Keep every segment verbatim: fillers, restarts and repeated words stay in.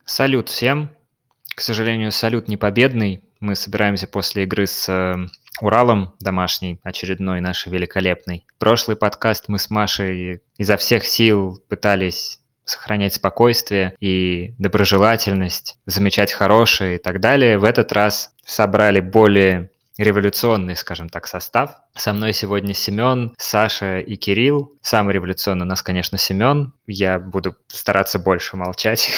Салют всем. К сожалению, салют не победный. Мы собираемся после игры с э, Уралом домашней, очередной нашей великолепной. Прошлый подкаст мы с Машей изо всех сил пытались сохранять спокойствие и доброжелательность, замечать хорошее и так далее. В этот раз собрали более революционный, скажем так, состав. Со мной сегодня Семен, Саша и Кирилл. Самый революционный у нас, конечно, Семен. Я буду стараться больше молчать.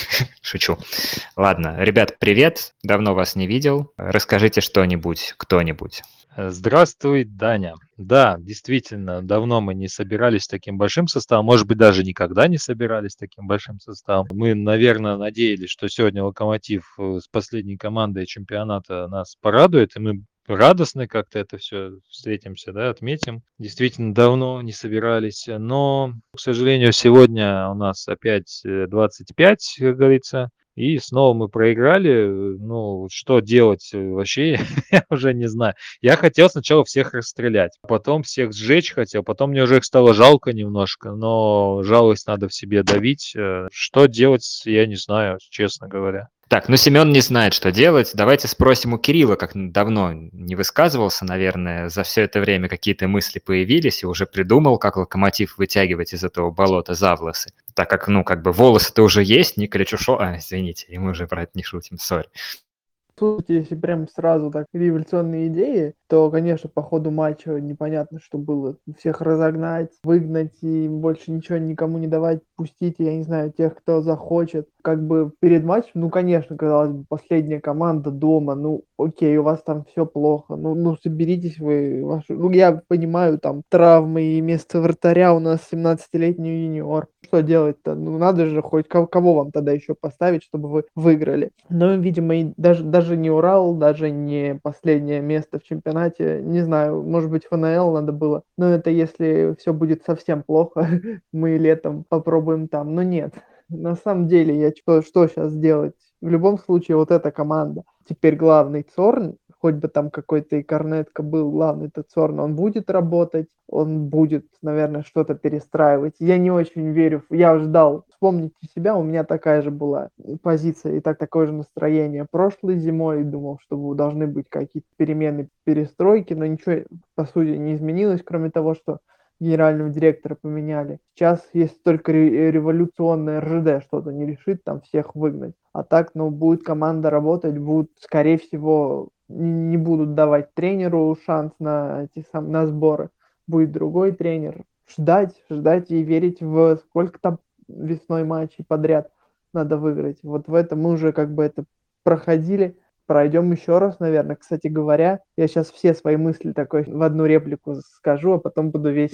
Шучу. Ладно, ребят, привет. Давно вас не видел. Расскажите что-нибудь, кто-нибудь. Здравствуй, Даня. Да, действительно, давно мы не собирались с таким большим составом, может быть, даже никогда не собирались с таким большим составом. Мы, наверное, надеялись, что сегодня Локомотив э, с последней командой чемпионата нас порадует, и мы радостно как-то это все встретимся, да, отметим. Действительно, давно не собирались, но, к сожалению, сегодня у нас опять э, двадцать пять, как говорится, и снова мы проиграли. Ну, что делать э, вообще, я уже не знаю. Я хотел сначала всех расстрелять, потом всех сжечь хотел, потом мне уже их стало жалко немножко, но жалость надо в себе давить. Э, Что делать, я не знаю, честно говоря. Так, ну Семен не знает, что делать. Давайте спросим у Кирилла, как давно не высказывался, наверное, за все это время какие-то мысли появились и уже придумал, как Локомотив вытягивать из этого болота за волосы. Так как, ну, как бы волосы-то уже есть, Николя Чушо... А, извините, и мы уже про это не шутим, сори. Суть, если прям сразу так революционные идеи, то, конечно, по ходу матча непонятно, что было. Всех разогнать, выгнать и больше ничего никому не давать, пустить, я не знаю, тех, кто захочет. Как бы перед матчем, ну, конечно, казалось бы, последняя команда дома, ну, окей, у вас там все плохо, ну, ну соберитесь вы. Вашу... Ну, я понимаю, там, травмы и место вратаря у нас семнадцатилетний юниор. Что делать-то? Ну, надо же хоть кого, кого вам тогда еще поставить, чтобы вы выиграли. Но, видимо, и даже, даже не Урал, даже не последнее место в чемпионате. Не знаю, может быть, ФНЛ надо было. Но это если все будет совсем плохо, мы летом попробуем там. Но нет. На самом деле, я что, что сейчас делать? В любом случае, вот эта команда. Теперь главный Цорн, хоть бы там какой-то и Корнетко был главный-то Цорн, он будет работать, он будет, наверное, что-то перестраивать. Я не очень верю. Я ждал. Вспомните себя, у меня такая же была позиция и так такое же настроение. Прошлой зимой думал, что должны быть какие-то перемены, перестройки, но ничего, по сути, не изменилось, кроме того, что генерального директора поменяли. Сейчас есть только революционное РЖД что-то не решит, там всех выгнать. А так, ну, будет команда работать, будут, скорее всего, не будут давать тренеру шанс на эти сам, на сборы. Будет другой тренер. Ждать, ждать и верить в сколько там весной матчей подряд надо выиграть. Вот в этом мы уже как бы это проходили. Пройдем еще раз, наверное. Кстати говоря, я сейчас все свои мысли такой в одну реплику скажу, а потом буду весь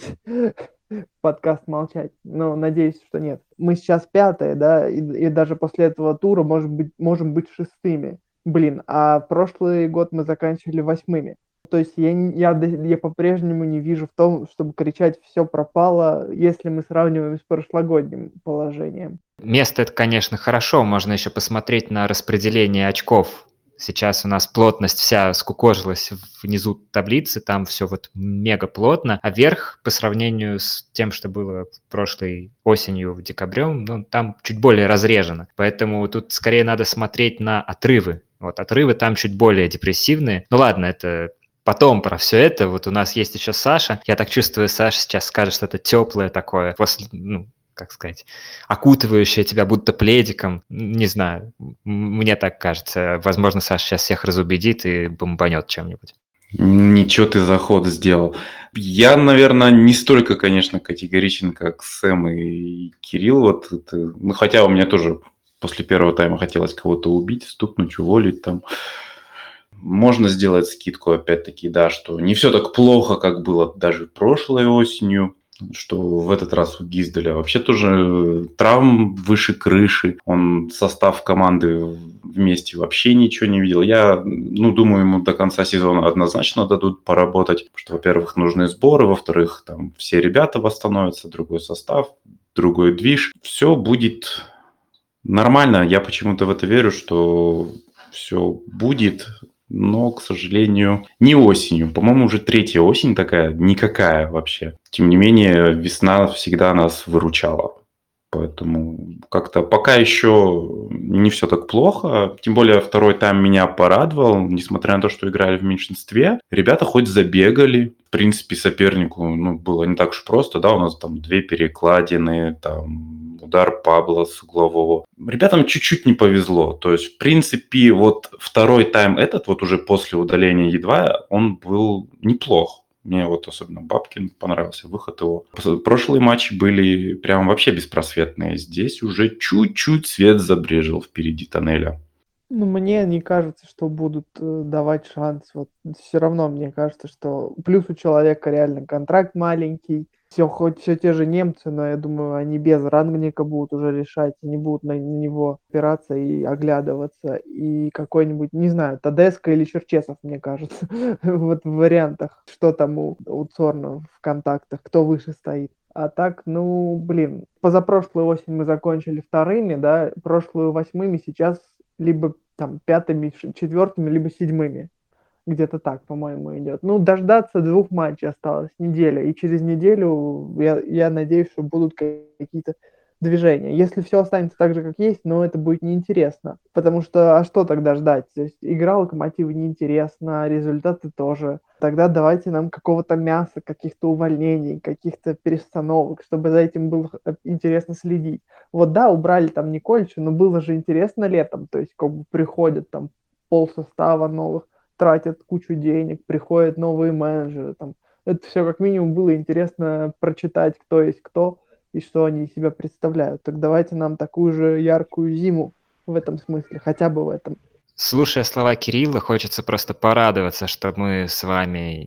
подкаст молчать. Но надеюсь, что нет. Мы сейчас пятые, да, и, и даже после этого тура может быть, можем быть шестыми. Блин, а прошлый год мы заканчивали восьмыми. То есть я, я, я по-прежнему не вижу в том, чтобы кричать «все пропало», если мы сравниваем с прошлогодним положением. Место это, конечно, хорошо. Можно еще посмотреть на распределение очков. Сейчас у нас плотность вся скукожилась внизу таблицы, там все вот мега плотно, а верх по сравнению с тем, что было прошлой осенью в декабре, ну, там чуть более разрежено. Поэтому тут скорее надо смотреть на отрывы. Вот отрывы там чуть более депрессивные. Ну ладно, это потом про все это. Вот у нас есть еще Саша. Я так чувствую, Саша сейчас скажет что-то теплое такое, после, ну, как сказать, окутывающая тебя будто пледиком. Не знаю, мне так кажется. Возможно, Саша сейчас всех разубедит и бомбанет чем-нибудь. Ничего ты заход сделал. Я, наверное, не столько, конечно, категоричен, как Сэм и Кирилл. Вот это, ну, хотя у меня тоже после первого тайма хотелось кого-то убить, стукнуть, уволить там. Можно сделать скидку, опять-таки, да, что не все так плохо, как было даже прошлой осенью. Что в этот раз у Гизделя вообще тоже травм выше крыши. Он состав команды вместе вообще ничего не видел. Я, ну, думаю, ему до конца сезона однозначно дадут поработать. Потому что, во-первых, нужны сборы, во-вторых, там все ребята восстановятся, другой состав, другой движ. Все будет нормально. Я почему-то в это верю, что все будет. Но, к сожалению, не осенью. По-моему, уже третья осень такая, никакая вообще. Тем не менее, весна всегда нас выручала. Поэтому как-то пока еще не все так плохо. Тем более второй тайм меня порадовал. Несмотря на то, что играли в меньшинстве, ребята хоть забегали. В принципе, сопернику ну, было не так уж просто. Да, у нас там две перекладины, там удар Пабло с углового. Ребятам чуть-чуть не повезло. То есть, в принципе, вот второй тайм этот, вот уже после удаления Е2, он был неплох. Мне вот особенно Бабкин понравился, выход его. Прошлые матчи были прям вообще беспросветные. Здесь уже чуть-чуть свет забрежил впереди тоннеля. Ну, мне не кажется, что будут э, давать шанс. Вот все равно мне кажется, что плюс у человека реально контракт маленький. Все, хоть все те же немцы, но я думаю, они без рангника будут уже решать, не будут на него опираться и оглядываться. И какой-нибудь, не знаю, Тадеско или Черчесов, мне кажется, вот в вариантах, что там у, у Цорна в контактах, кто выше стоит. А так, ну, блин, позапрошлую осень мы закончили вторыми, да, прошлую восьмыми, сейчас либо там пятыми, ш- четвертыми, либо седьмыми. Где-то так, по-моему, идет. Ну, дождаться двух матчей осталось, неделя. И через неделю я, я надеюсь, что будут ка- какие-то движения. Если все останется так же, как есть, но это будет неинтересно. Потому что, а что тогда ждать? То есть игра Локомотива неинтересна, результаты тоже. Тогда давайте нам какого-то мяса, каких-то увольнений, каких-то перестановок, чтобы за этим было э, интересно следить. Вот да, убрали там Никольча, но было же интересно летом. То есть как бы приходят там полсостава новых, тратят кучу денег, приходят новые менеджеры. Там. Это все как минимум было интересно прочитать, кто есть кто и что они из себя представляют. Так давайте нам такую же яркую зиму в этом смысле, хотя бы в этом. Слушая слова Кирилла, хочется просто порадоваться, что мы с вами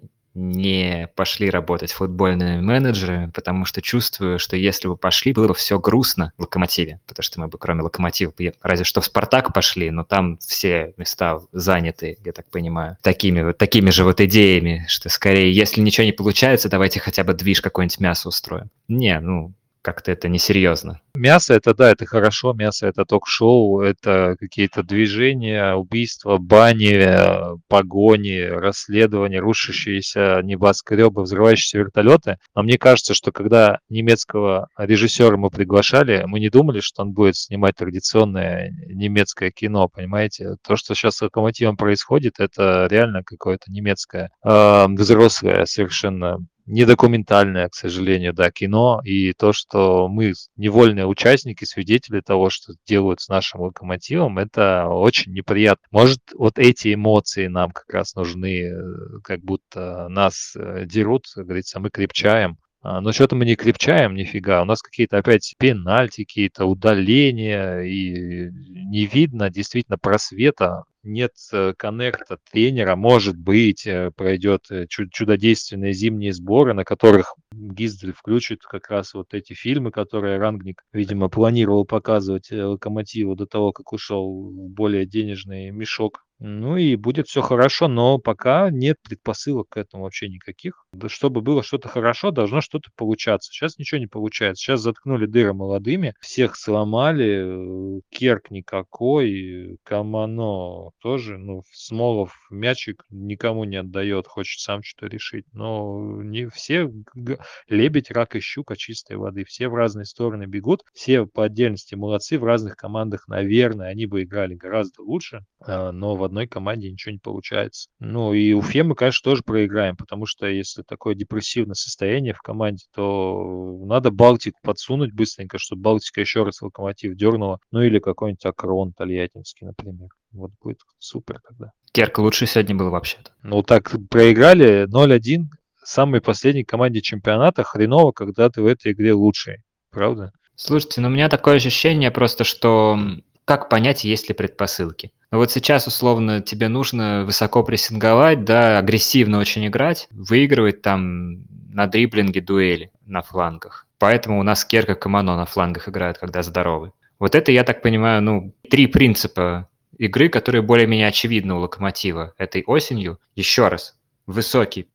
не пошли работать футбольными менеджерами, потому что чувствую, что если бы пошли, было бы все грустно в «Локомотиве», потому что мы бы кроме «Локомотива» разве что в «Спартак» пошли, но там все места заняты, я так понимаю, такими, вот, такими же вот идеями, что скорее, если ничего не получается, давайте хотя бы движ какой-нибудь мясо устроим. Не, ну, как-то это несерьезно. Мясо это да, это хорошо, мясо это ток-шоу, это какие-то движения, убийства, бани, э, погони, расследования, рушащиеся небоскребы, взрывающиеся вертолеты. Но мне кажется, что когда немецкого режиссера мы приглашали, мы не думали, что он будет снимать традиционное немецкое кино, понимаете? То, что сейчас с «Локомотивом» происходит, это реально какое-то немецкое, э, взрослое совершенно недокументальное, к сожалению, да, кино, и то, что мы невольные участники, свидетели того, что делают с нашим «Локомотивом», это очень неприятно. Может, вот эти эмоции нам как раз нужны, э, как будто нас э, дерут, как говорится, мы крепчаем. А, Но что-то мы не крепчаем нифига. У нас какие-то опять пенальти, какие-то удаления, и не видно действительно просвета. Нет э, коннекта тренера, может быть, э, пройдет э, чу- чудодейственные зимние сборы, на которых Гиздель включит как раз вот эти фильмы, которые Рангник, видимо, планировал показывать э, Локомотиву до того, как ушел в более денежный мешок. Ну и будет все хорошо, но пока нет предпосылок к этому вообще никаких. Да чтобы было что-то хорошо, должно что-то получаться. Сейчас ничего не получается. Сейчас заткнули дыры молодыми, всех сломали, э, Керк никакой, Камано тоже, ну, Смолов мячик никому не отдает, хочет сам что-то решить. Но не все г- лебедь, рак и щука чистой воды. Все в разные стороны бегут, все по отдельности молодцы, в разных командах, наверное, они бы играли гораздо лучше, а, но в одной команде ничего не получается. Ну и Уфе мы, конечно, тоже проиграем, потому что если такое депрессивное состояние в команде, то надо Балтику подсунуть быстренько, чтобы Балтика еще раз Локомотив дернула, ну или какой-нибудь Акрон Тольяттинский, например. Вот будет супер тогда. Керк лучше сегодня был вообще-то. Ну так проиграли ноль один самой последней команде чемпионата. Хреново, когда ты в этой игре лучший. Правда? Слушайте, ну у меня такое ощущение просто, что м, как понять, есть ли предпосылки? Ну вот сейчас, условно, тебе нужно высоко прессинговать, да, агрессивно очень играть, выигрывать там на дриблинге дуэли на флангах. Поэтому у нас Керк и Камано на флангах играют, когда здоровы. Вот это, я так понимаю, ну, три принципа игры, которые более-менее очевидны у Локомотива этой осенью. Еще раз, высокий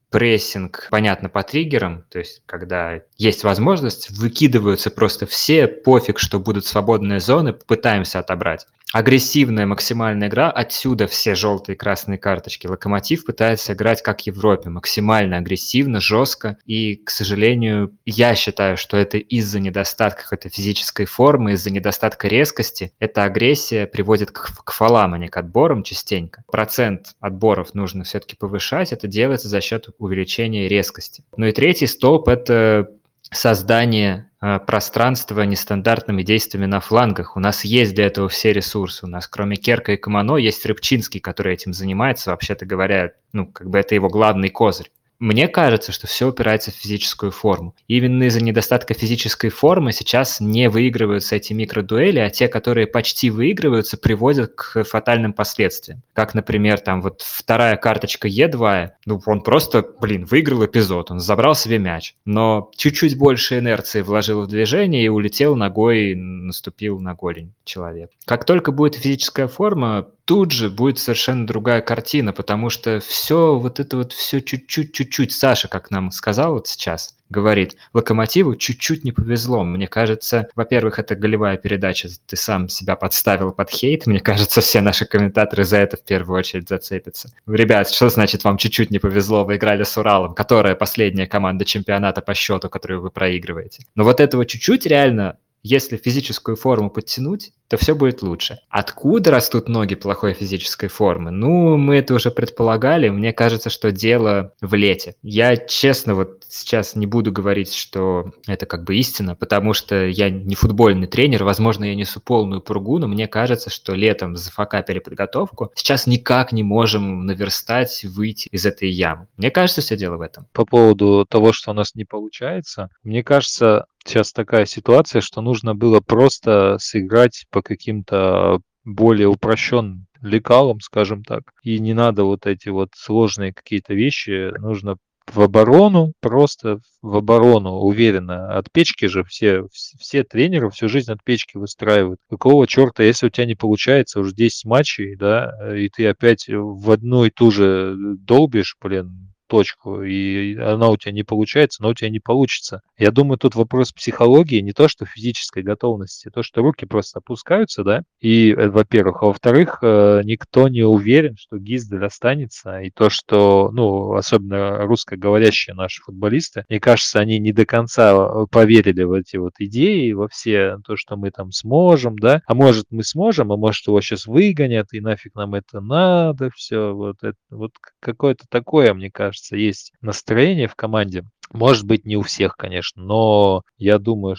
прессинг, понятно, по триггерам, то есть когда есть возможность, выкидываются просто все, пофиг, что будут свободные зоны, пытаемся отобрать. Агрессивная максимальная игра, отсюда все желтые и красные карточки. Локомотив пытается играть как в Европе, максимально агрессивно, жестко, и, к сожалению, я считаю, что это из-за недостатка какой-то физической формы, из-за недостатка резкости. Эта агрессия приводит к, к фолам, а не к отборам частенько. Процент отборов нужно все-таки повышать, это делается за счет увеличения резкости. Ну и третий столб – это создание э, пространства нестандартными действиями на флангах. У нас есть для этого все ресурсы. У нас кроме Керка и Камано есть Рыбчинский, который этим занимается. Вообще-то говоря, ну, как бы это его главный козырь. Мне кажется, что все упирается в физическую форму. Именно из-за недостатка физической формы сейчас не выигрываются эти микродуэли, а те, которые почти выигрываются, приводят к фатальным последствиям. Как, например, там вот вторая карточка Е два, ну, он просто, блин, выиграл эпизод, он забрал себе мяч, но чуть-чуть больше инерции вложил в движение и улетел ногой, наступил на голень человек. Как только будет физическая форма, тут же будет совершенно другая картина, потому что все вот это вот все чуть-чуть, чуть-чуть, Саша, как нам сказал вот сейчас, говорит, Локомотиву чуть-чуть не повезло. Мне кажется, во-первых, это голевая передача, ты сам себя подставил под хейт, мне кажется, все наши комментаторы за это в первую очередь зацепятся. Ребят, что значит вам чуть-чуть не повезло, вы играли с Уралом, которая последняя команда чемпионата по счету, которую вы проигрываете. Но вот этого чуть-чуть реально, если физическую форму подтянуть, то все будет лучше. Откуда растут ноги плохой физической формы? Ну, мы это уже предполагали. Мне кажется, что дело в лете. Я, честно, вот сейчас не буду говорить, что это как бы истина, потому что я не футбольный тренер, возможно, я несу полную пургу, но мне кажется, что летом зафакапили подготовку. Сейчас никак не можем наверстать, выйти из этой ямы. Мне кажется, все дело в этом. По поводу того, что у нас не получается, мне кажется, сейчас такая ситуация, что нужно было просто сыграть по каким-то более упрощенным лекалам, скажем так. И не надо вот эти вот сложные какие-то вещи, нужно в оборону, просто в оборону, уверенно. От печки же все, все тренеры всю жизнь от печки выстраивают. Какого черта, если у тебя не получается уже десять матчей, да, и ты опять в одну и ту же долбишь, блин, точку, и она у тебя не получается, но у тебя не получится. Я думаю, тут вопрос психологии, не то, что физической готовности, то, что руки просто опускаются, да, и, во-первых, а во-вторых, никто не уверен, что Гиздель останется, и то, что, ну, особенно русскоговорящие наши футболисты, мне кажется, они не до конца поверили в эти вот идеи, во все то, что мы там сможем, да, а может мы сможем, а может его сейчас выгонят, и нафиг нам это надо, все, вот, это, вот какое-то такое, мне кажется, есть настроение в команде. Может быть, не у всех, конечно, но я думаю,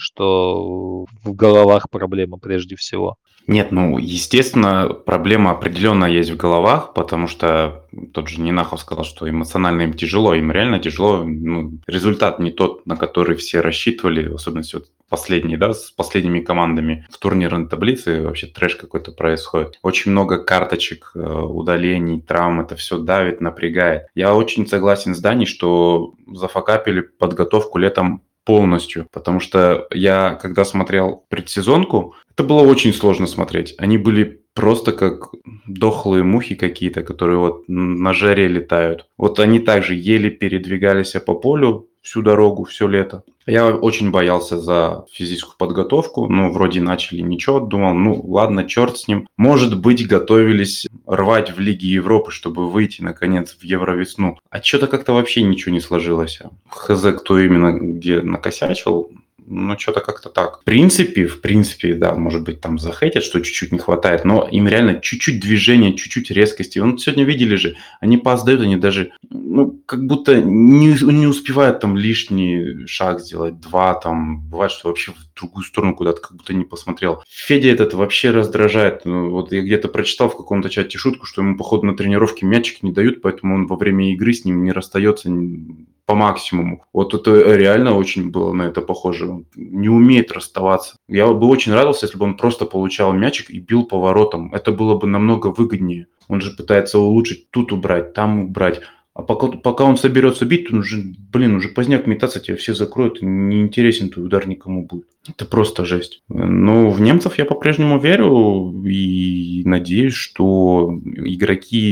что в головах проблема прежде всего. Нет, ну, естественно, проблема определенно есть в головах, потому что тот же Нинахов сказал, что эмоционально им тяжело, им реально тяжело. Ну, результат не тот, на который все рассчитывали, в особенности вот последние, да, с последними командами в турнирной таблице вообще трэш какой-то происходит. Очень много карточек, удалений, травм, это все давит, напрягает. Я очень согласен с Даней, что зафакапили подготовку летом полностью, потому что я, когда смотрел предсезонку, это было очень сложно смотреть. Они были просто как дохлые мухи какие-то, которые вот на жаре летают. Вот они также еле передвигались по полю всю дорогу, все лето. Я очень боялся за физическую подготовку, ну, вроде начали ничего, думал, ну, ладно, черт с ним. Может быть, готовились рвать в Лиге Европы, чтобы выйти, наконец, в Евровесну. А что-то как-то вообще ничего не сложилось. Хз, кто именно где накосячил, ну, что-то как-то так. В принципе, в принципе, да, может быть, там захейтят, что чуть-чуть не хватает, но им реально чуть-чуть движения, чуть-чуть резкости. Ну, сегодня видели же, они опоздают, они даже, ну, как будто не, не успевают там лишний шаг сделать, два, там, бывает, что вообще в другую сторону куда-то как будто не посмотрел. Федя этот вообще раздражает. Ну, вот я где-то прочитал в каком-то чате шутку, что ему, походу, на тренировке мячик не дают, поэтому он во время игры с ним не расстается по максимуму. Вот это реально очень было на это похоже. Он не умеет расставаться. Я бы очень радовался, если бы он просто получал мячик и бил поворотом. Это было бы намного выгоднее. Он же пытается улучшить, тут убрать, там убрать. А пока, пока он соберется бить, он уже, блин, уже поздняк метаться, тебя все закроют, неинтересен твой удар никому будет. Это просто жесть. Но в немцев я по-прежнему верю и надеюсь, что игроки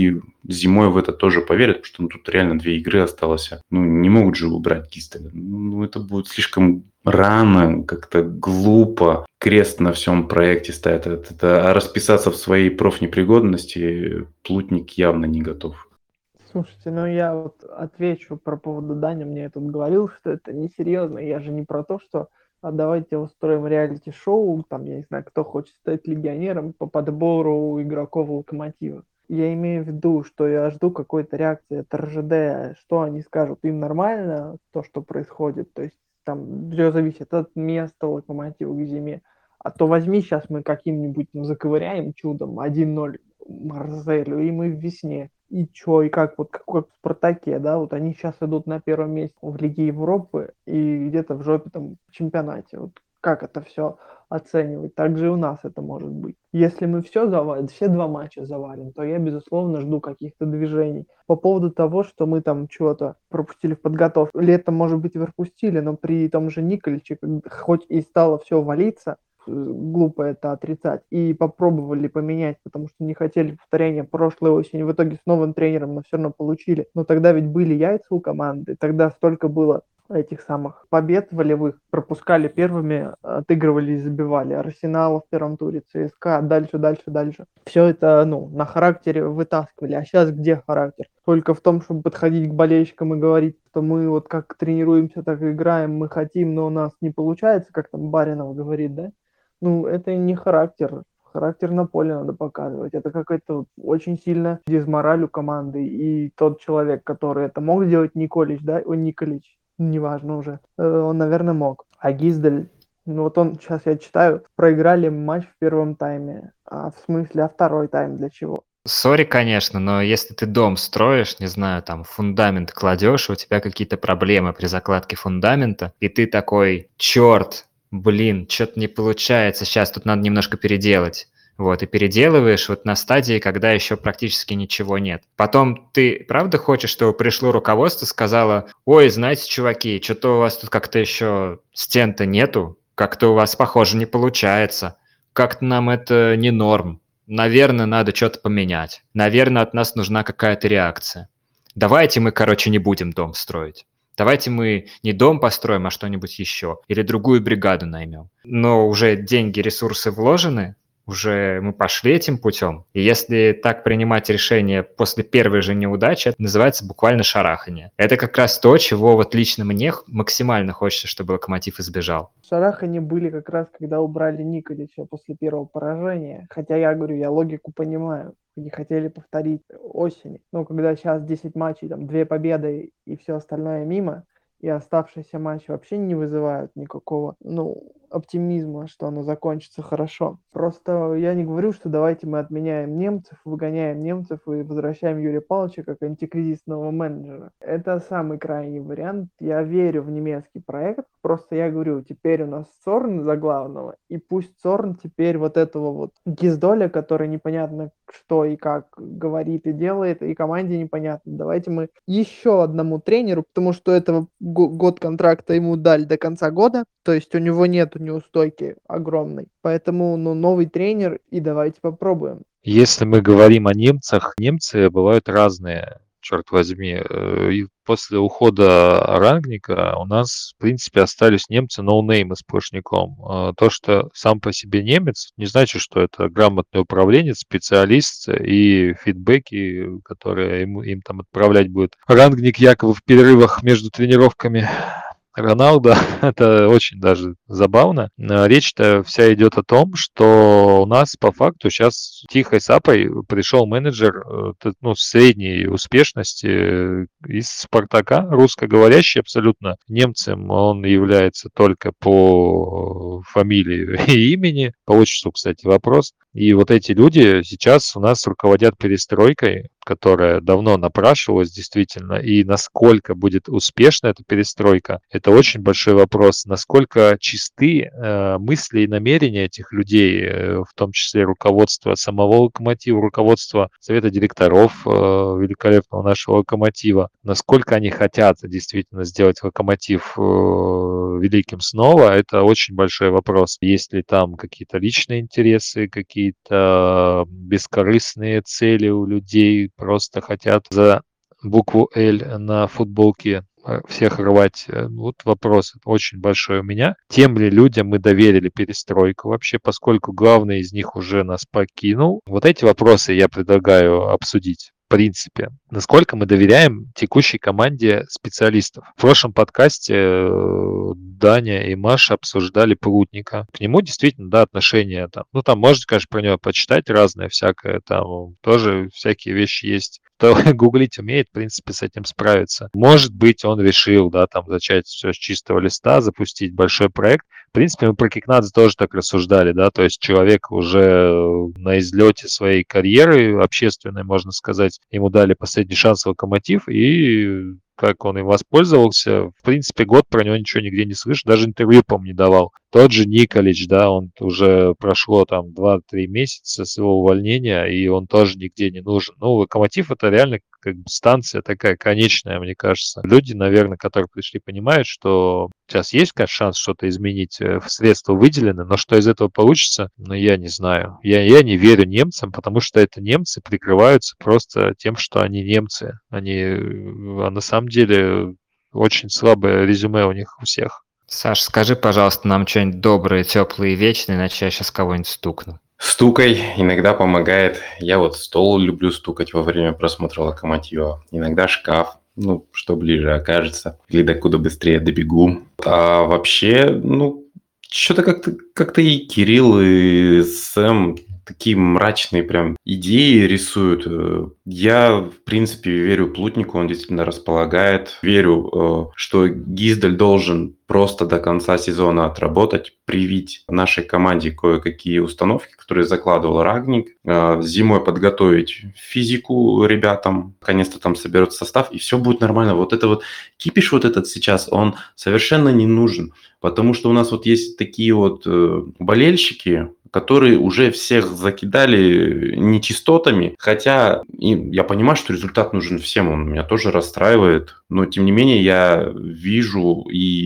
зимой в это тоже поверят, потому что ну, тут реально две игры осталось. Ну, не могут же убрать Гистеля. Ну, это будет слишком рано, как-то глупо. Крест на всем проекте ставят. Это, это- а расписаться в своей профнепригодности Плутник явно не готов. Слушайте, ну я вот отвечу про поводу Дани. Мне тут говорил, что это несерьезно. Я же не про то, что а давайте устроим реалити-шоу, там, я не знаю, кто хочет стать легионером по подбору игроков Локомотива. Я имею в виду, что я жду какой-то реакции от РЖД, что они скажут, им нормально то, что происходит, то есть там все зависит от места Локомотива к зиме. А то возьми сейчас мы каким-нибудь ну, заковыряем чудом один ноль Марселю, и мы в весне. И чё, и как, вот как, как в Спартаке, да, вот они сейчас идут на первом месте в Лиге Европы и где-то в жопе там в чемпионате. Вот как это все оценивать? Так же и у нас это может быть. Если мы все завалим, все два матча завалим, то я, безусловно, жду каких-то движений. По поводу того, что мы там чего-то пропустили в подготовке. Летом, может быть, и пропустили, но при том же Николиче, хоть и стало все валиться, глупо это отрицать, и попробовали поменять, потому что не хотели повторения прошлой осени, в итоге с новым тренером, но все равно получили. Но тогда ведь были яйца у команды, тогда столько было этих самых побед волевых, пропускали первыми, отыгрывали и забивали. Арсенал в первом туре, ЦСКА, дальше, дальше, дальше. Все это, ну, на характере вытаскивали. А сейчас где характер? Только в том, чтобы подходить к болельщикам и говорить, что мы вот как тренируемся, так и играем, мы хотим, но у нас не получается, как там Баринов говорит, да? Ну, это не характер. Характер на поле надо показывать. Это какая-то очень сильно дизмораль у команды. И тот человек, который это мог сделать, Николич, да, о, Николич, неважно уже, он, наверное, мог. А Гиздель, ну вот он, сейчас я читаю, проиграли матч в первом тайме. А в смысле, а второй тайм для чего? Сори, конечно, но если ты дом строишь, не знаю, там фундамент кладешь, у тебя какие-то проблемы при закладке фундамента, и ты такой, черт, блин, что-то не получается, сейчас тут надо немножко переделать. Вот, и переделываешь вот на стадии, когда еще практически ничего нет. Потом ты правда хочешь, чтобы пришло руководство, сказало, ой, знаете, чуваки, что-то у вас тут как-то еще стен-то нету, как-то у вас, похоже, не получается, как-то нам это не норм. Наверное, надо что-то поменять. Наверное, от нас нужна какая-то реакция. Давайте мы, короче, не будем дом строить. Давайте мы не дом построим, а что-нибудь еще. Или другую бригаду наймем. Но уже деньги, ресурсы вложены, уже мы пошли этим путем. И если так принимать решение после первой же неудачи, это называется буквально шарахание. Это как раз то, чего вот лично мне максимально хочется, чтобы Локомотив избежал. Шарахани были как раз, когда убрали Николича после первого поражения. Хотя я говорю, я логику понимаю. Не хотели повторить осени. Но когда сейчас десять матчей, там две победы и все остальное мимо, и оставшиеся матчи вообще не вызывают никакого, ну, оптимизма, что оно закончится хорошо. Просто я не говорю, что давайте мы отменяем немцев, выгоняем немцев и возвращаем Юрия Павловича как антикризисного менеджера. Это самый крайний вариант. Я верю в немецкий проект. Просто я говорю, теперь у нас Цорн за главного, и пусть Цорн теперь вот этого вот Гиздоля, который непонятно что и как говорит и делает, и команде непонятно. Давайте мы еще одному тренеру, потому что этого год контракта ему дали до конца года, то есть у него нет неустойки огромной. Поэтому, ну, новый тренер, и давайте попробуем. Если мы говорим о немцах, немцы бывают разные, черт возьми. И после ухода Рангника у нас, в принципе, остались немцы ноунеймы с Плошняком. То, что сам по себе немец, не значит, что это грамотный управленец, специалист и фидбэки, которые им, им там отправлять будет Рангник якобы в перерывах между тренировками Роналдо. Это очень даже забавно. Речь-то вся идет о том, что у нас по факту сейчас тихой сапой пришел менеджер, ну, средней успешности из Спартака, русскоговорящий абсолютно немцем. Он является только по фамилии и имени. По отчеству, кстати, вопрос. И вот эти люди сейчас у нас руководят перестройкой, которая давно напрашивалась действительно, и насколько будет успешна эта перестройка, это очень большой вопрос. Насколько чисты э, мысли и намерения этих людей, э, в том числе руководства самого Локомотива, руководства совета директоров э, великолепного нашего Локомотива, насколько они хотят действительно сделать Локомотив э, великим снова, это очень большой вопрос. Есть ли там какие-то личные интересы, какие-то бескорыстные цели у людей, просто хотят за букву «Л» на футболке э, всех рвать. Э, Вот вопрос очень большой у меня. Тем ли людям мы доверили перестройку вообще, поскольку главный из них уже нас покинул? Вот эти вопросы я предлагаю обсудить. В принципе, насколько мы доверяем текущей команде специалистов. В прошлом подкасте э, Даня и Маша обсуждали Плутника. К нему действительно, да, отношения там. Ну, там можно, конечно, про него почитать разное всякое, там тоже всякие вещи есть. Кто гуглить умеет, в принципе, с этим справиться. Может быть, он решил, да, там, начать все с чистого листа, запустить большой проект. В принципе, мы про Кикнадзе тоже так рассуждали, да, то есть человек уже на излете своей карьеры общественной, можно сказать, ему дали последний шанс в Локомотив, и как он им воспользовался. В принципе, год про него ничего нигде не слышно, даже интервью, по-моему, не давал. Тот же Николич, да, он уже прошло там два-три месяца с его увольнения, и он тоже нигде не нужен. Ну, Локомотив — это реально как бы станция такая конечная, мне кажется. Люди, наверное, которые пришли, понимают, что сейчас есть, конечно, шанс что-то изменить, э, средства выделены, но что из этого получится, ну, я не знаю. Я, я не верю немцам, потому что это немцы прикрываются просто тем, что они немцы. Они, э, а на самом деле, очень слабое резюме у них у всех. Саш, скажи, пожалуйста, нам что-нибудь доброе, теплое и вечное, иначе я сейчас кого-нибудь стукну. Стукай иногда помогает. Я вот стол люблю стукать во время просмотра Локомотива. Иногда шкаф, ну, что ближе окажется. Или докуда быстрее добегу. А вообще, ну, что-то как-то как-то и Кирилл, и Сэм такие мрачные прям идеи рисуют. Э, Я, в принципе, верю Плутнику, он действительно располагает. Верю, э, что Гиздель должен просто до конца сезона отработать, привить нашей команде кое-какие установки, которые закладывал Рагник. Э, Зимой подготовить физику ребятам. Наконец-то там соберется состав, и все будет нормально. Вот это вот кипиш вот этот сейчас, он совершенно не нужен. Потому что у нас вот есть такие вот э, болельщики, которые уже всех закидали нечистотами, хотя и я понимаю, что результат нужен всем, он меня тоже расстраивает, но тем не менее я вижу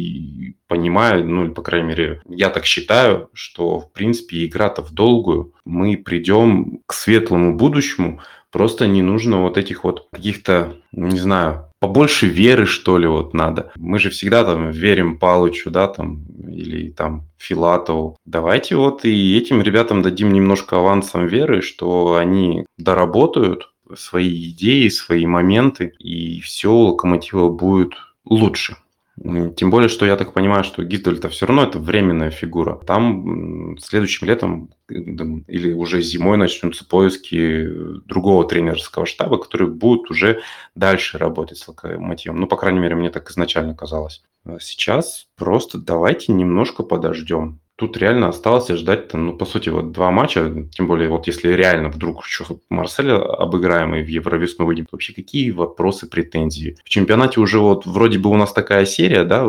и понимаю, ну, или, по крайней мере, я так считаю, что, в принципе, игра-то в долгую, мы придем к светлому будущему, просто не нужно вот этих вот каких-то, не знаю, побольше веры, что ли, вот надо. Мы же всегда там верим Палычу, да, там, или там Филатову. Давайте вот и этим ребятам дадим немножко авансом веры, что они доработают свои идеи, свои моменты, и все у Локомотива будет лучше. М, Тем более, что я так понимаю, что Гиздель-то все равно это временная фигура. Там м, следующим летом э, м, или уже зимой начнутся поиски э, другого тренерского штаба, который будет уже дальше работать с Локомотивом. Ну, по крайней мере, мне так изначально казалось. А сейчас просто давайте немножко подождем. Тут реально осталось ждать, ну, по сути, вот два матча, тем более, вот если реально вдруг еще Марселя обыграем и в Евровесну выйдем, то вообще какие вопросы, претензии? В чемпионате уже вот вроде бы у нас такая серия, да,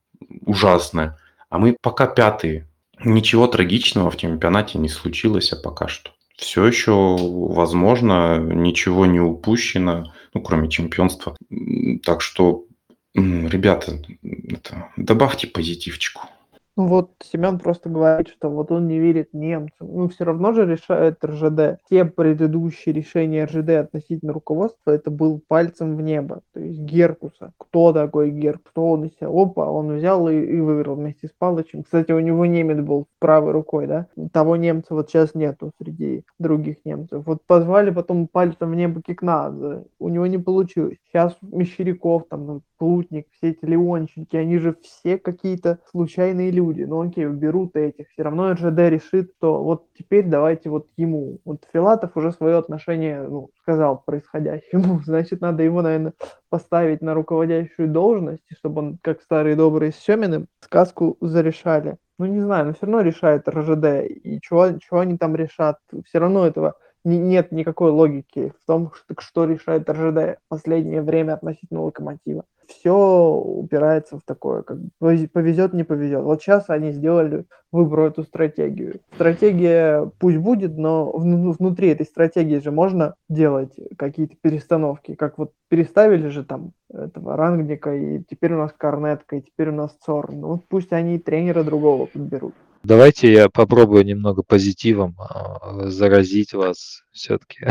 ужасная, а мы пока пятые. Ничего трагичного в чемпионате не случилось, а пока что. Все еще возможно, ничего не упущено, ну, кроме чемпионства. М, Так что, м, ребята, это, добавьте позитивчику. Ну вот Семен просто говорит, что вот он не верит немцам. Ну, все равно же решает эр жэ дэ. Те предыдущие решения эр жэ дэ относительно руководства, это был пальцем в небо. То есть Геркуса. Кто такой Герк? Кто он из себя? Опа, он взял и, и выиграл вместе с Палычем. Кстати, у него немец был правой рукой, да? Того немца вот сейчас нету среди других немцев. Вот позвали потом пальцем в небо Кикнадзе. У него не получилось. Сейчас Мещеряков, там, ну, Плутник, все эти Леонченки, они же все какие-то случайные люди. Ну окей, берут этих. Все равно эр жэ дэ решит, что вот теперь давайте вот ему. Вот Филатов уже свое отношение, ну, сказал происходящему. Значит, надо его, наверное, поставить на руководящую должность, чтобы он, как старые добрые с Семиным, сказку зарешали. Ну, не знаю, но все равно решает эр жэ дэ. И чего, чего они там решат? Все равно этого не- нет никакой логики в том, что, что решает РЖД в последнее время относительно Локомотива. Все упирается в такое, как бы повез- повезет, не повезет. Вот сейчас они сделали, выбрали эту стратегию. Стратегия пусть будет, но вну- внутри этой стратегии же можно делать какие-то перестановки. Как вот переставили же там этого Рангника, и теперь у нас Корнетка, и теперь у нас Цорн. Ну вот пусть они тренера другого подберут. Давайте я попробую немного позитивом а, заразить вас все-таки.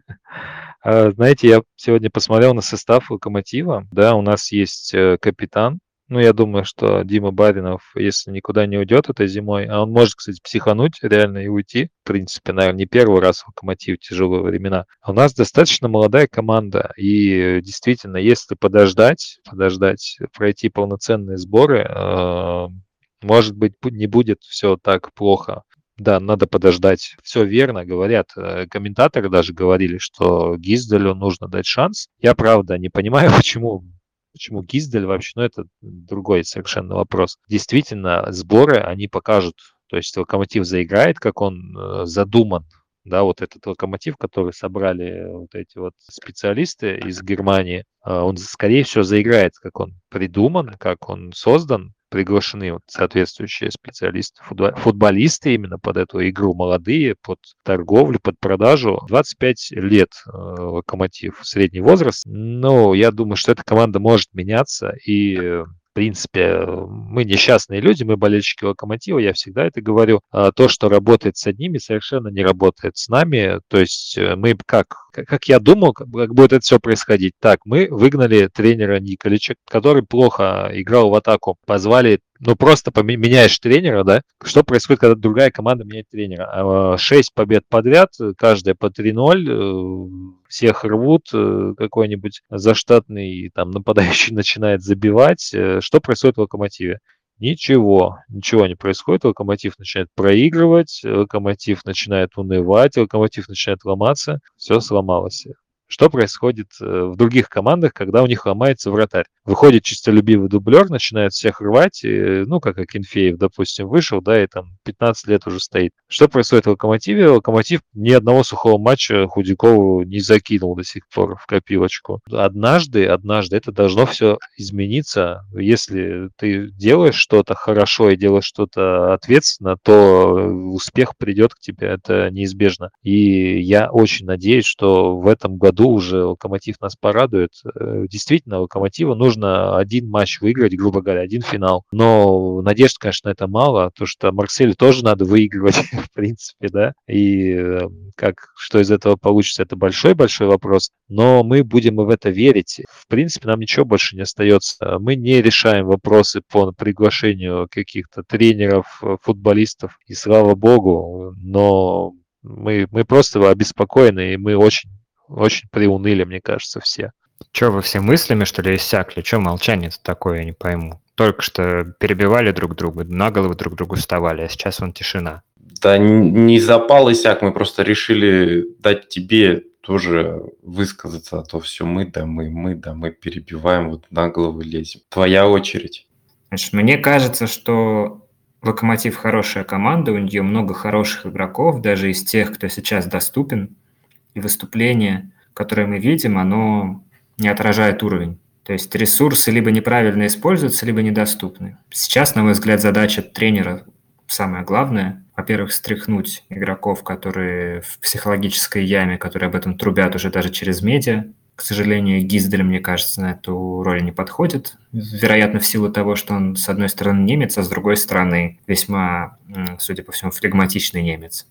Знаете, я сегодня посмотрел на состав Локомотива. Да, у нас есть э, капитан. Ну, я думаю, что Дима Баринов, если никуда не уйдет этой зимой, а он может, кстати, психануть реально и уйти. В принципе, наверное, не первый раз в Локомотиве тяжелые времена. А у нас достаточно молодая команда. И действительно, если подождать, подождать, пройти полноценные сборы, э, может быть, бу- не будет все так плохо. Да, надо подождать. Все верно говорят. Э, Комментаторы даже говорили, что Гизделю нужно дать шанс. Я, правда, не понимаю, почему, почему Гиздель вообще, но это другой совершенно вопрос. Действительно, сборы, они покажут. То есть Локомотив заиграет, как он э, задуман. Да, вот этот Локомотив, который собрали вот эти вот специалисты из Германии, э, он, скорее всего, заиграет, как он придуман, как он создан. Приглашены вот соответствующие специалисты, футбо- футболисты именно под эту игру, молодые, под торговлю, под продажу. двадцать пять лет э, Локомотив, средний возраст. Но я думаю, что эта команда может меняться. И, э, в принципе, э, мы несчастные люди, мы болельщики Локомотива, я всегда это говорю. А то, что работает с одними, совершенно не работает с нами. То есть э, мы как, как как я думал, как как будет это все происходить. Так, мы выгнали тренера Николича, который плохо играл в атаку. Позвали, ну просто поме- меняешь тренера, да? Что происходит, когда другая команда меняет тренера? А, Шесть побед подряд, э, каждая по три ноль, э, всех рвут, э, какой-нибудь заштатный там нападающий начинает забивать. Э, Что происходит в Локомотиве? Ничего, ничего не происходит. Локомотив начинает проигрывать, Локомотив начинает унывать, Локомотив начинает ломаться. Все сломалось. Что происходит э, в других командах, когда у них ломается вратарь? Выходит чистолюбивый дублер, начинает всех рвать, и, ну, как Акинфеев, допустим, вышел, да, и там пятнадцать лет уже стоит. Что происходит в Локомотиве? Локомотив ни одного сухого матча Худякову не закинул до сих пор в копилочку. Однажды, однажды это должно все измениться. Если ты делаешь что-то хорошо и делаешь что-то ответственно, то успех придет к тебе, это неизбежно. И я очень надеюсь, что в этом году уже Локомотив нас порадует. Э, Действительно, Локомотиву нужно один матч выиграть, грубо говоря, один финал. Но надежд, конечно, это мало, потому что Марселю тоже надо выигрывать, в принципе, да. И э, как, что из этого получится, это большой-большой вопрос. Но мы будем и в это верить. В принципе, нам ничего больше не остается. Мы не решаем вопросы по приглашению каких-то тренеров, э, футболистов. И слава богу, но мы, мы просто обеспокоены, и мы очень, очень приуныли, мне кажется, все. Че, вы все мыслями, что ли, иссякли? Че молчание-то такое, я не пойму. Только что перебивали друг друга, на голову друг другу вставали, а сейчас вон тишина. Да н- не запал иссяк, мы просто решили дать тебе тоже высказаться, а то все мы да мы, мы да мы перебиваем, вот на голову лезем. Твоя очередь. Значит, мне кажется, что Локомотив хорошая команда, у нее много хороших игроков, даже из тех, кто сейчас доступен. И выступление, которое мы видим, оно не отражает уровень. То есть ресурсы либо неправильно используются, либо недоступны. Сейчас, на мой взгляд, задача тренера самое главное. Во-первых, стряхнуть игроков, которые в психологической яме, которые об этом трубят уже даже через медиа. К сожалению, Гиздель, мне кажется, на эту роль не подходит. Вероятно, в силу того, что он, с одной стороны, немец, а с другой стороны, весьма, судя по всему, флегматичный немец.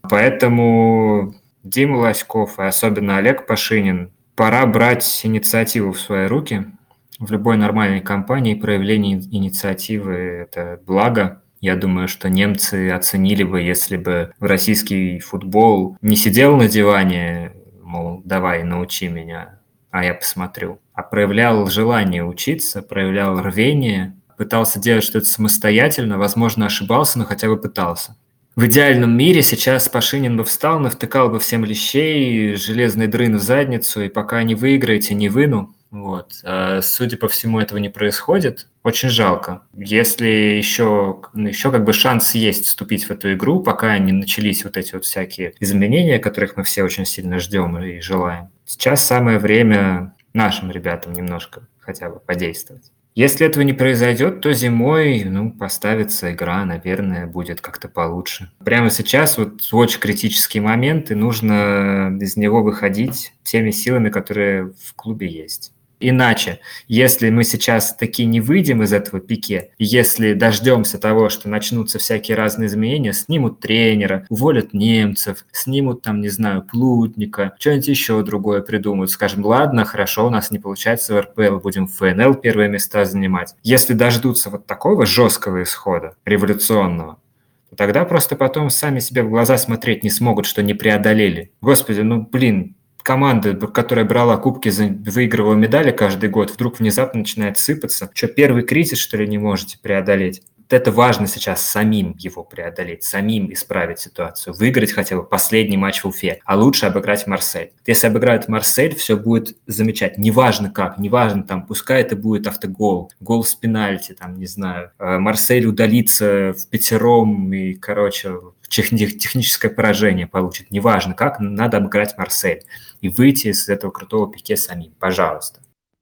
Поэтому Дима Лоськов и особенно Олег Пашинин, пора брать инициативу в свои руки. В любой нормальной компании проявление инициативы – это благо. Я думаю, что немцы оценили бы, если бы в российский футбол не сидел на диване, мол, давай, научи меня, а я посмотрю, а проявлял желание учиться, проявлял рвение, пытался делать что-то самостоятельно, возможно, ошибался, но хотя бы пытался. В идеальном мире сейчас Пашинин бы встал, навтыкал бы всем лещей, железный дрын в задницу, и пока не выиграете, не выну. Вот. А, судя по всему, этого не происходит. Очень жалко. Если еще, еще как бы шанс есть вступить в эту игру, пока не начались вот эти вот всякие изменения, которых мы все очень сильно ждем и желаем. Сейчас самое время нашим ребятам немножко хотя бы подействовать. Если этого не произойдет, то зимой, ну, поставится игра, наверное, будет как-то получше. Прямо сейчас вот очень критический момент, и нужно из него выходить теми силами, которые в клубе есть. Иначе, если мы сейчас таки не выйдем из этого пике, если дождемся того, что начнутся всякие разные изменения, снимут тренера, уволят немцев, снимут там, не знаю, Плутника, что-нибудь еще другое придумают, скажем, ладно, хорошо, у нас не получается в эр пэ эл, будем в эф эн эл первые места занимать. Если дождутся вот такого жесткого исхода, революционного, то тогда просто потом сами себе в глаза смотреть не смогут, что не преодолели. Господи, ну блин, команда, которая брала кубки, выигрывала медали каждый год, вдруг внезапно начинает сыпаться. Что, первый кризис, что ли, не можете преодолеть? Вот это важно сейчас самим его преодолеть, самим исправить ситуацию, выиграть хотя бы последний матч в Уфе, а лучше обыграть Марсель. Если обыграют Марсель, все будет замечательно. Неважно как, неважно там, пускай это будет автогол, гол с пенальти, там, не знаю, Марсель удалится в пятером и, короче, техническое поражение получит. Неважно как, надо обыграть Марсель и выйти из этого крутого пике самим. Пожалуйста.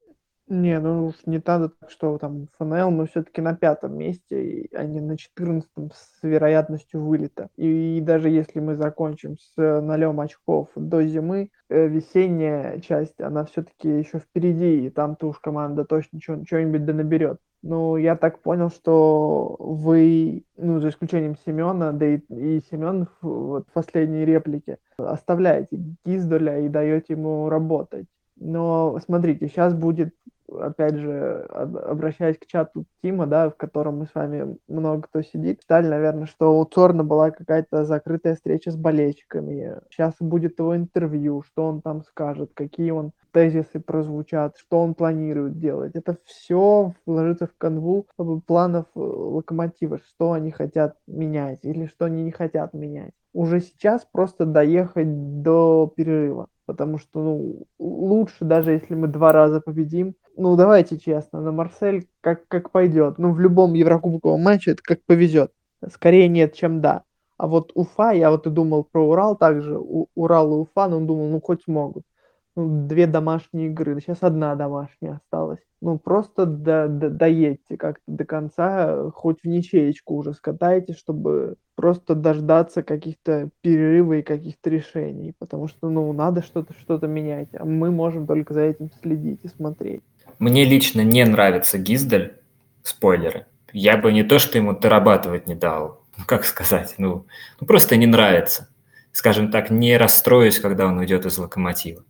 Не, ну уж не надо так, что там эф эн эл мы все-таки на пятом месте, а не на четырнадцатом с вероятностью вылета. И даже если мы закончим с нолем очков до зимы, весенняя часть, она все-таки еще впереди, и там-то уж команда точно что-нибудь да наберет. Ну, я так понял, что вы, ну, за исключением Семена, да и, и Семен вот в последней реплике, оставляете Гизделя и даете ему работать. Но смотрите, сейчас будет, опять же, обращаясь к чату Тима, да, в котором мы с вами много кто сидит, читали, наверное, что у Цорна была какая-то закрытая встреча с болельщиками. Сейчас будет его интервью, что он там скажет, какие он тезисы прозвучат, что он планирует делать. Это все вложится в канву планов Локомотива, что они хотят менять или что они не хотят менять. Уже сейчас просто доехать до перерыва. Потому что, ну, лучше, даже если мы два раза победим, ну, давайте честно, на Марсель как, как пойдет. Ну, в любом еврокубковом матче это как повезет. Скорее нет, чем да. А вот Уфа, я вот и думал про Урал также, У, Урал и Уфа, но думал, ну, хоть могут. Ну, две домашние игры, сейчас одна домашняя осталась. Ну, просто до, до, доедьте как-то до конца, хоть в ничеечку уже скатайте, чтобы просто дождаться каких-то перерывов и каких-то решений. Потому что, ну, надо что-то, что-то менять, а мы можем только за этим следить и смотреть. Мне лично не нравится Гиздель, спойлеры. Я бы не то, что ему дорабатывать не дал, как сказать, ну, ну просто не нравится. Скажем так, не расстроюсь, когда он уйдет из Локомотива.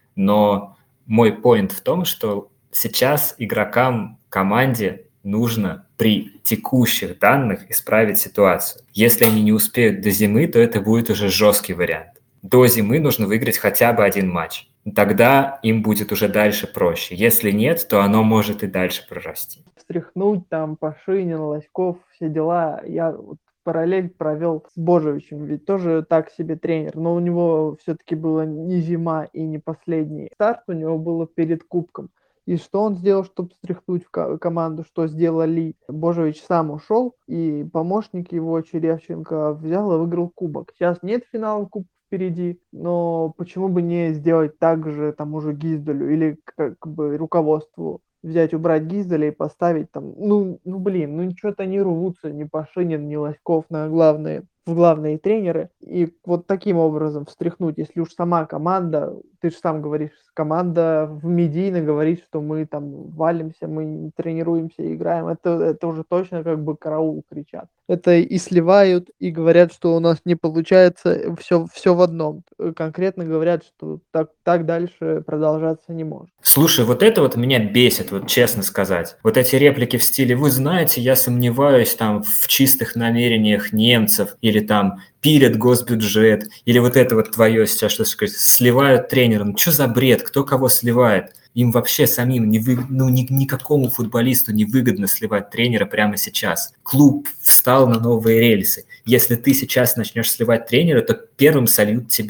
Но мой поинт в том, что сейчас игрокам, команде нужно при текущих данных исправить ситуацию. Если они не успеют до зимы, то это будет уже жесткий вариант. До зимы нужно выиграть хотя бы один матч. Тогда им будет уже дальше проще. Если нет, то оно может и дальше прорасти. Встряхнуть там Пашинин, Лоськов, все дела. Я вот параллель провел с Божевичем, ведь тоже так себе тренер, но у него все-таки была не зима и не последний старт, у него было перед кубком. И что он сделал, чтобы встряхнуть команду, что сделали? Божевич сам ушел, и помощник его, Черевченко, взял и выиграл кубок. Сейчас нет финала кубка впереди, но почему бы не сделать так же тому же Гизделю или как бы руководству? Взять, убрать Гизделя и поставить там, ну, ну блин, ну что-то не рвутся ни Пашинин, ни Лоськов на главные, в главные тренеры. И вот таким образом встряхнуть, если уж сама команда, ты же сам говоришь, команда в медийно говорит, что мы там валимся, мы не тренируемся и играем, это, это уже точно как бы караул кричат. Это и сливают, и говорят, что у нас не получается, все, все в одном. Конкретно говорят, что так, так дальше продолжаться не может. Слушай, вот это вот меня бесит, вот честно сказать. Вот эти реплики в стиле «Вы знаете, я сомневаюсь там в чистых намерениях немцев» или там «Пилят госбюджет», или вот это вот твое сейчас, что сказать, «Сливают тренера». Ну что за бред? Кто кого сливает? Им вообще самим, не вы... ну, ни, никакому футболисту не выгодно сливать тренера прямо сейчас. Клуб встал на новые рельсы. Если ты сейчас начнешь сливать тренера, то первым сольют тебя.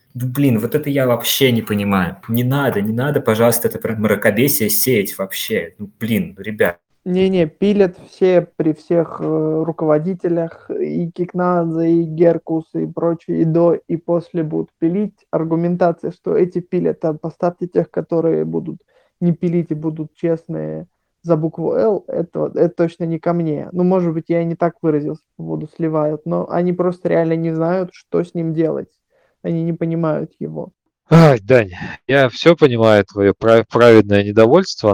Ну, блин, вот это я вообще не понимаю. Не надо, не надо, пожалуйста, это про мракобесие сеять вообще. Ну, блин, ну, ребят. Не-не, пилят все при всех э, руководителях, и Кикнадзе, и Геркус, и прочие, и до, и после будут пилить. Аргументация, что эти пилят, а поставьте тех, которые будут не пилить и будут честные за букву «Л», это, это точно не ко мне. Ну, может быть, я и не так выразился по поводу сливают, но они просто реально не знают, что с ним делать. Они не понимают его. Ай, Дань, я все понимаю твое прав- праведное недовольство,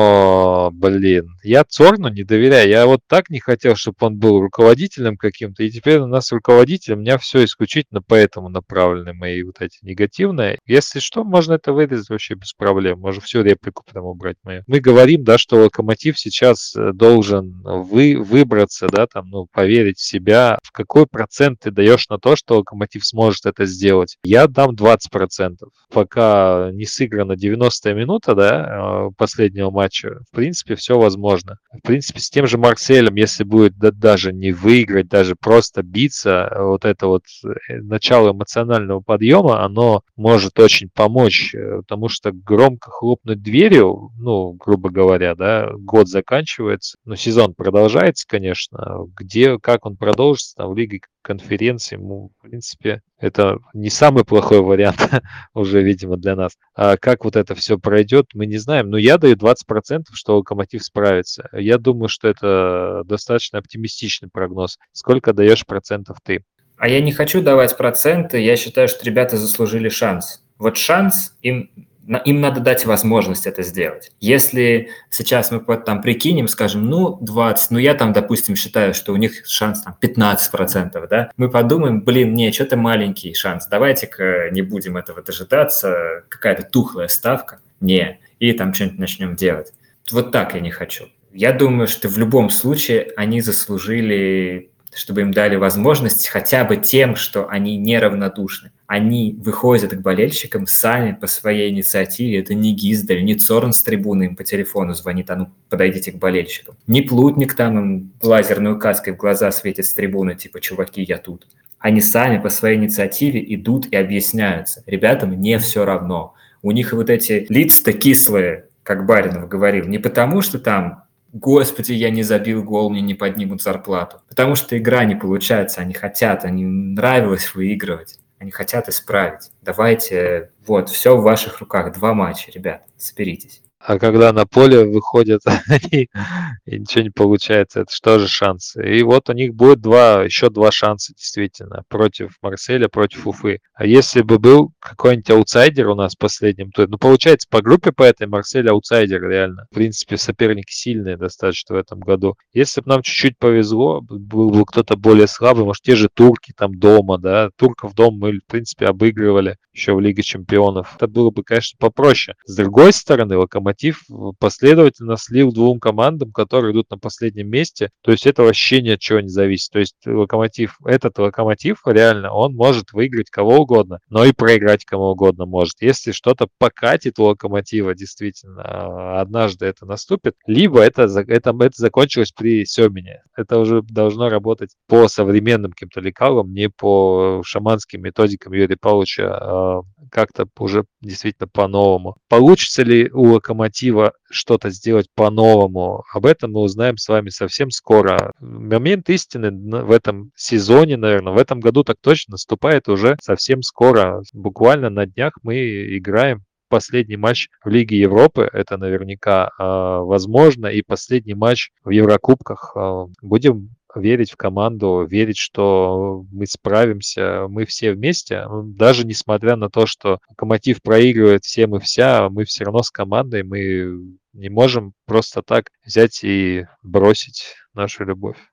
но, блин, я Цорну не доверяю. Я вот так не хотел, чтобы он был руководителем каким-то, и теперь у нас руководитель, у меня все исключительно поэтому направлены мои вот эти негативные. Если что, можно это вырезать вообще без проблем, можно всю реплику прям убрать мою. Мы говорим, да, что Локомотив сейчас э, должен вы, выбраться, да, там, ну, поверить в себя. В какой процент ты даешь на то, что Локомотив сможет это сделать? Я дам двадцать процентов. Пока не сыграна девяностая минута, да, э, последнего матча, в принципе, все возможно. В принципе, с тем же Марселем, если будет да- даже не выиграть, даже просто биться, э, вот это вот э, начало эмоционального подъема, оно может очень помочь, э, потому что громко хлопнуть дверью, ну, грубо говоря, да, год заканчивается, но сезон продолжается, конечно, где, как он продолжится, там, в Лиге конференции, ему, в принципе, это не самый плохой вариант уже, видимо, для нас. А как вот это все пройдет, мы не знаем. Но я даю двадцать процентов, что Локомотив справится. Я думаю, что это достаточно оптимистичный прогноз. Сколько даешь процентов ты? А я не хочу давать проценты, я считаю, что ребята заслужили шанс. Вот шанс, им, на- им надо дать возможность это сделать. Если сейчас мы вот там прикинем, скажем, ну, двадцать, ну, я там, допустим, считаю, что у них шанс там пятнадцать процентов, да, мы подумаем, блин, не, что-то маленький шанс, давайте-ка не будем этого дожидаться, какая-то тухлая ставка, не, и там что-нибудь начнем делать. Вот так я не хочу. Я думаю, что в любом случае они заслужили, чтобы им дали возможность хотя бы тем, что они неравнодушны. Они выходят к болельщикам сами по своей инициативе. Это не Гиздель, не Цорн с трибуны им по телефону звонит, а ну подойдите к болельщикам. Не Плутник там им лазерной указкой в глаза светит с трибуны, типа чуваки, я тут. Они сами по своей инициативе идут и объясняются. Ребятам не все равно. У них вот эти лица-то кислые, как Баринов говорил, не потому что там Господи, я не забил гол, мне не поднимут зарплату. Потому что игра не получается, они хотят, они нравилось выигрывать, они хотят исправить. Давайте, вот, все в ваших руках, два матча, ребят, соберитесь. А когда на поле выходят они, и ничего не получается, это что же шансы? И вот у них будет два, еще два шанса действительно против Марселя, против Уфы. А если бы был какой-нибудь аутсайдер у нас в последнем туре, ну получается по группе по этой Марсель аутсайдер реально. В принципе, соперники сильные достаточно в этом году. Если бы нам чуть-чуть повезло, был бы кто-то более слабый, может те же турки там дома, да, турков дома мы в принципе обыгрывали еще в Лиге Чемпионов. Это было бы, конечно, попроще. С другой стороны, Локомотив последовательно слил двум командам, которые идут на последнем месте. То есть это вообще ни от чего не зависит. То есть Локомотив, этот Локомотив реально, он может выиграть кого угодно, но и проиграть кому угодно может. Если что-то покатит у Локомотива, действительно, однажды это наступит, либо это, это, это закончилось при Семене. Это уже должно работать по современным каким-то лекалам, не по шаманским методикам Юрия Павловича, как-то уже действительно по-новому. Получится ли у Локомотива что-то сделать по-новому? Об этом мы узнаем с вами совсем скоро. Момент истины в этом сезоне, наверное, в этом году так точно наступает уже совсем скоро. Буквально на днях мы играем последний матч в Лиге Европы, это наверняка э, возможно, и последний матч в Еврокубках. Э, будем верить в команду, верить, что мы справимся, мы все вместе. Даже несмотря на то, что Локомотив проигрывает всем и вся, мы все равно с командой, мы не можем просто так взять и бросить нашу любовь.